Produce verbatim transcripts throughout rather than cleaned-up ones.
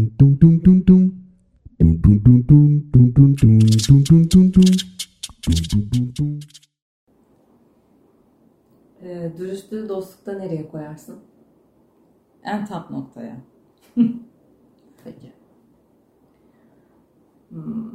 Ee, dürüstlüğü dostlukta nereye koyarsın? En top noktaya. Peki. Hmm.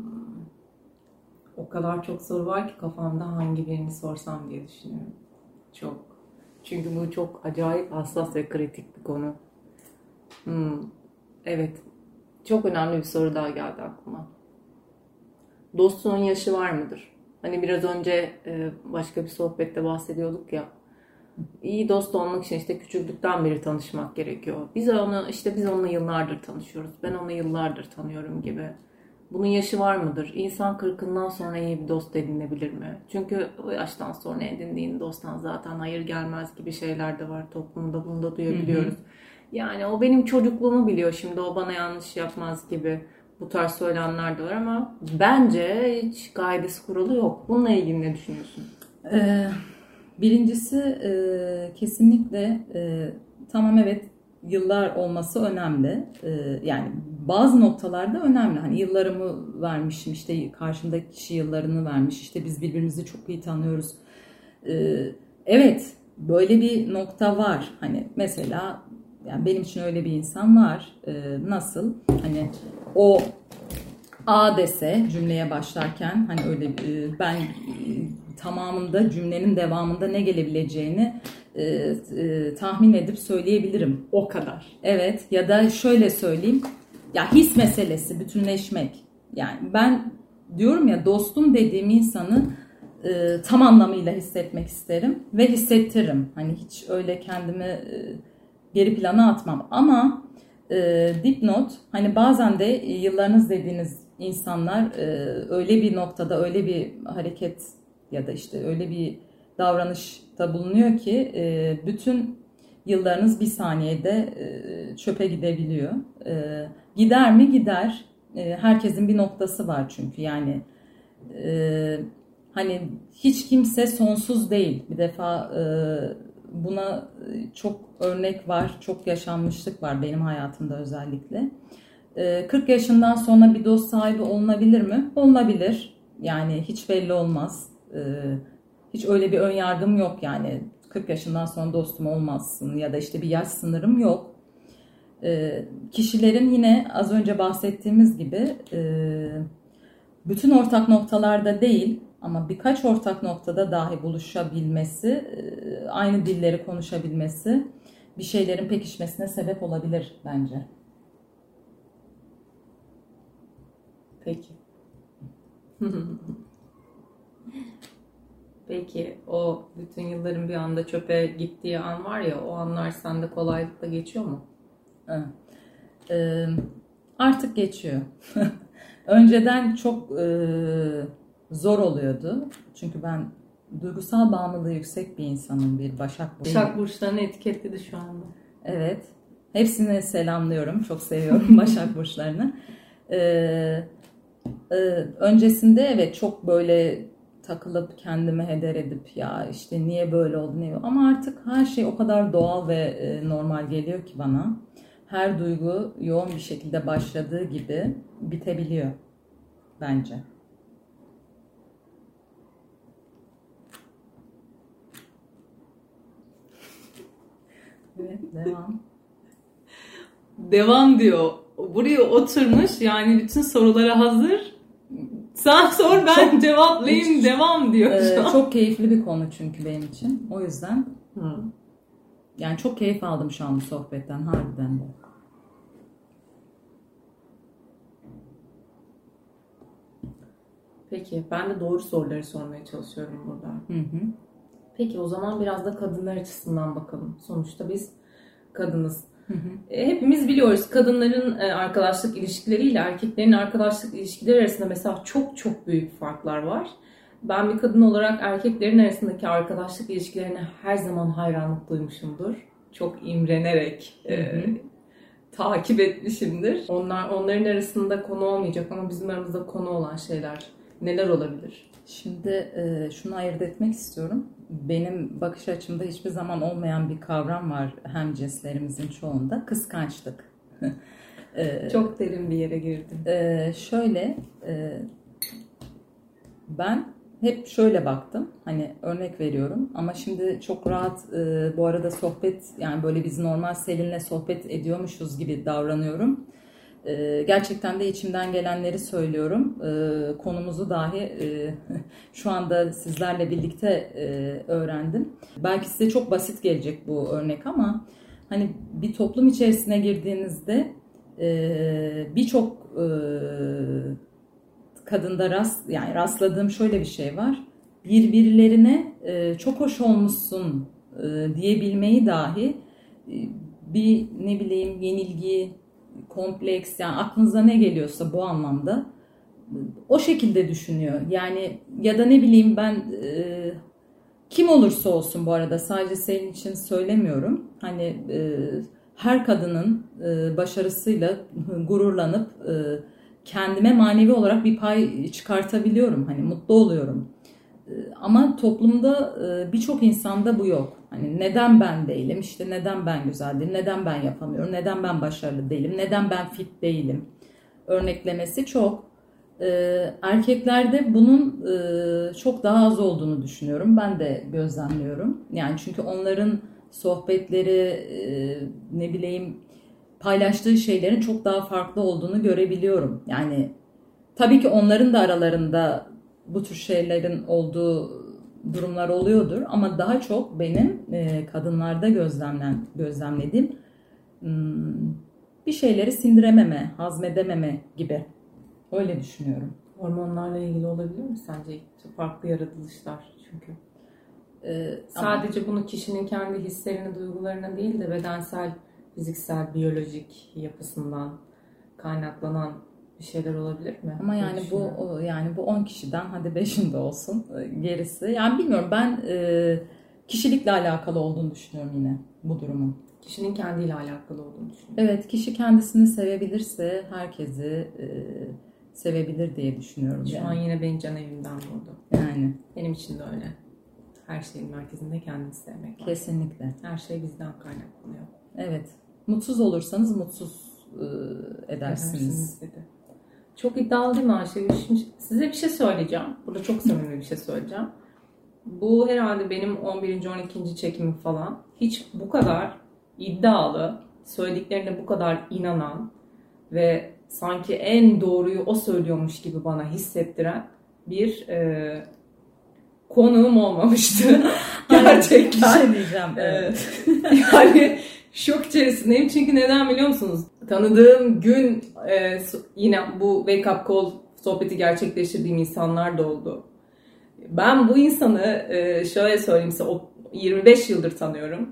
O kadar çok soru var ki kafamda hangi birini sorsam diye düşünüyorum. Çok. Çünkü bu çok acayip hassas ve kritik bir konu. Hmm. Evet. Çok önemli bir soru daha geldi aklıma. Dostluğun yaşı var mıdır? Hani biraz önce başka bir sohbette bahsediyorduk ya. İyi dost olmak için işte küçüklükten beri tanışmak gerekiyor. Biz onu işte biz onunla yıllardır tanışıyoruz. Ben onu yıllardır tanıyorum gibi. Bunun yaşı var mıdır? İnsan kırkından sonra iyi bir dost edinebilir mi? Çünkü o yaştan sonra edindiğin dosttan zaten hayır gelmez gibi şeyler de var toplumda. Bunu da duyabiliyoruz. Hı hı. Yani o benim çocukluğumu biliyor şimdi. O bana yanlış yapmaz gibi bu tarz söylemler de var ama bence hiç kaidesi kuralı yok. Bununla ilgili ne düşünüyorsun? Ee, birincisi e, kesinlikle e, tamam evet yıllar olması önemli. E, yani bazı noktalarda önemli. Hani yıllarımı vermişim, işte karşımdaki kişi yıllarını vermiş, işte biz birbirimizi çok iyi tanıyoruz. E, evet, böyle bir nokta var. Hani mesela yani benim için öyle bir insan var. E, nasıl? Hani o A dese cümleye başlarken hani öyle e, ben e, tamamında cümlenin devamında ne gelebileceğini e, e, tahmin edip söyleyebilirim. O kadar. Evet, ya da şöyle söyleyeyim. Ya his meselesi, bütünleşmek. Yani ben diyorum ya dostum dediğim insanı e, tam anlamıyla hissetmek isterim ve hissettiririm. Hani hiç öyle kendimi e, geri plana atmam. Ama e, dipnot, hani bazen de yıllarınız dediğiniz insanlar e, öyle bir noktada öyle bir hareket ya da işte öyle bir davranışta bulunuyor ki e, bütün yıllarınız bir saniyede e, çöpe gidebiliyor. E, gider mi? Gider. E, herkesin bir noktası var çünkü yani e, hani hiç kimse sonsuz değil. Bir defa e, buna çok örnek var, çok yaşanmışlık var benim hayatımda özellikle. kırk yaşından sonra bir dost sahibi olunabilir mi? Olunabilir. Yani hiç belli olmaz. Hiç öyle bir ön yargım yok yani. kırk yaşından sonra dostum olmazsın ya da işte bir yaş sınırım yok. Kişilerin yine az önce bahsettiğimiz gibi bütün ortak noktalarda değil ama birkaç ortak noktada dahi buluşabilmesi, aynı dilleri konuşabilmesi bir şeylerin pekişmesine sebep olabilir bence. Peki. Peki o bütün yılların bir anda çöpe gittiği an var ya, o anlar sende kolaylıkla geçiyor mu? Ee, artık geçiyor. Önceden çok e, zor oluyordu. Çünkü ben duygusal bağımlılığı yüksek bir insanım, bir Başak Burcu. Başak Burçlarını etiketledi şu anda. Evet. Hepsini selamlıyorum. Çok seviyorum Başak Burçlarını. Ee, e, öncesinde evet çok böyle takılıp kendimi heder edip ya işte niye böyle oldu niye ama artık her şey o kadar doğal ve e, normal geliyor ki bana. Her duygu yoğun bir şekilde başladığı gibi bitebiliyor bence. Evet, devam. Devam diyor. Buraya oturmuş yani bütün sorulara hazır. Sen sor ben çok, cevaplayayım hiç, devam diyor. E, çok keyifli bir konu çünkü benim için. O yüzden Hı. yani çok keyif aldım şu an bu sohbetten harbiden de. Peki ben de doğru soruları sormaya çalışıyorum burada. Hı hı. Peki o zaman biraz da kadınlar açısından bakalım. Sonuçta biz kadınız. Hı hı. Hepimiz biliyoruz kadınların arkadaşlık ilişkileriyle erkeklerin arkadaşlık ilişkileri arasında mesela çok çok büyük farklar var. Ben bir kadın olarak erkeklerin arasındaki arkadaşlık ilişkilerine her zaman hayranlık duymuşumdur. Çok imrenerek hı hı. E, takip etmişimdir. Onlar onların arasında konu olmayacak ama bizim aramızda konu olan şeyler neler olabilir? Şimdi e, şunu ayırt etmek istiyorum. Benim bakış açımda hiçbir zaman olmayan bir kavram var hemcinslerimizin çoğunda. Kıskançlık. Ee, Çok derin bir yere girdin. e, şöyle e, ben hep şöyle baktım. Hani örnek veriyorum ama şimdi çok rahat e, bu arada sohbet, yani böyle biz normal Selin'le sohbet ediyormuşuz gibi davranıyorum. E, gerçekten de içimden gelenleri söylüyorum. E, konumuzu dahi e, şu anda sizlerle birlikte e, öğrendim. Belki size çok basit gelecek bu örnek ama hani bir toplum içerisine girdiğinizde e, birçok e, kadında rast, yani rastladığım şöyle bir şey var. Birbirlerine e, çok hoş olmuşsun e, diyebilmeyi dahi e, bir ne bileyim yenilgi, kompleks, yani aklınıza ne geliyorsa bu anlamda e, o şekilde düşünüyor. Yani ya da ne bileyim ben e, kim olursa olsun, bu arada sadece senin için söylemiyorum. Hani e, her kadının e, başarısıyla gururlanıp e, kendime manevi olarak bir pay çıkartabiliyorum. Hani mutlu oluyorum. Ama toplumda birçok insanda bu yok. Hani neden ben değilim? İşte neden ben güzel değilim? Neden ben yapamıyorum? Neden ben başarılı değilim? Neden ben fit değilim? Örneklemesi çok. Erkeklerde bunun çok daha az olduğunu düşünüyorum. Ben de gözlemliyorum. Yani çünkü onların sohbetleri, ne bileyim, paylaştığı şeylerin çok daha farklı olduğunu görebiliyorum. Yani tabii ki onların da aralarında bu tür şeylerin olduğu durumlar oluyordur ama daha çok benim e, kadınlarda gözlemlen gözlemlediğim hmm, bir şeyleri sindirememe, hazmedememe gibi. Öyle düşünüyorum. Hormonlarla ilgili olabilir mi sence? Farklı yaratılışlar çünkü. Ee, Sadece ama... bunu kişinin kendi hislerini, duygularına değil de bedensel, fiziksel, biyolojik yapısından kaynaklanan bir şeyler olabilir mi? Ama yani bu o, yani bu on kişiden hadi beşinde olsun gerisi. Yani bilmiyorum, ben e, kişilikle alakalı olduğunu düşünüyorum yine bu durumun. Kişinin kendiyle alakalı olduğunu düşünüyorum. Evet, kişi kendisini sevebilirse herkesi e, sevebilir diye düşünüyorum. Şu yani. an yine beni can evimden vurdu. Yani. Benim için de öyle. Her şeyin merkezinde kendini sevmek var. Kesinlikle. Her şey bizden kaynaklanıyor. Evet. Mutsuz olursanız mutsuz e, edersiniz. Dedi. Çok iddialı değil mi Ayşe? Şimdi size bir şey söyleyeceğim. Burada çok samimi bir şey söyleyeceğim. Bu herhalde benim on birinci on ikinci çekimim falan. Hiç bu kadar iddialı, söylediklerine bu kadar inanan ve sanki en doğruyu o söylüyormuş gibi bana hissettiren bir e, konuğum olmamıştı. Gerçekten. Bir şey diyeceğim. Evet. Yani şok içerisindeyim. Çünkü neden biliyor musunuz? Tanıdığım gün e, yine bu wake up call sohbeti gerçekleştirdiğim insanlar da oldu. Ben bu insanı e, şöyle söyleyeyim size, o yirmi beş yıldır tanıyorum.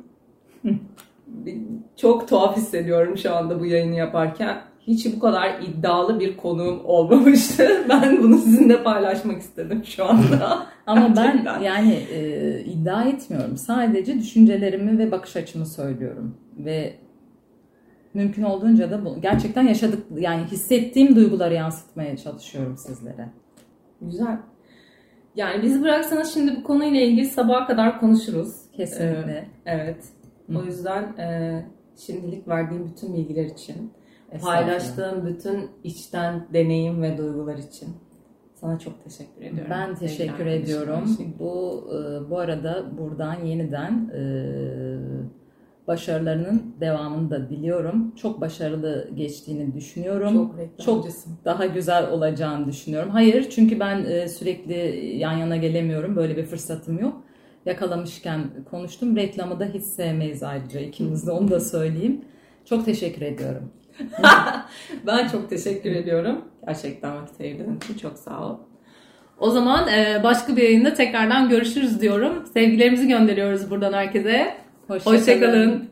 Çok tuhaf hissediyorum şu anda bu yayını yaparken. Hiç bu kadar iddialı bir konuğum olmamıştı. Ben bunu sizinle paylaşmak istedim şu anda. Ama ben yani e, iddia etmiyorum. Sadece düşüncelerimi ve bakış açımı söylüyorum. Ve mümkün olduğunca da bu, gerçekten yaşadık, yani hissettiğim duyguları yansıtmaya çalışıyorum sizlere. Güzel. Yani bizi bıraksanız şimdi bu konuyla ilgili sabaha kadar konuşuruz. Kesinlikle. Ee, evet. Hı. O yüzden e, şimdilik verdiğim bütün bilgiler için, paylaştığım bütün içten deneyim ve duygular için sana çok teşekkür ediyorum. Ben teşekkür ediyorum. Bu bu arada buradan yeniden e, başarılarının devamını da diliyorum. Çok başarılı geçtiğini düşünüyorum. Çok, çok daha güzel olacağını düşünüyorum. Hayır, çünkü ben e, sürekli yan yana gelemiyorum. Böyle bir fırsatım yok. Yakalamışken konuştum. Reklamı da hiç sevmeyiz ayrıca ikimiz de, onu da söyleyeyim. Çok teşekkür ediyorum. Ben çok teşekkür ediyorum. Gerçekten vakit ayırdığın için çok sağ ol. O zaman başka bir yayında tekrardan görüşürüz diyorum. Sevgilerimizi gönderiyoruz buradan herkese. Hoşçakalın. Hoşçakalın.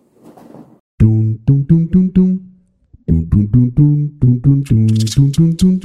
Dun dun dun dun dun dun dun dun dun dun dun dun dun dun.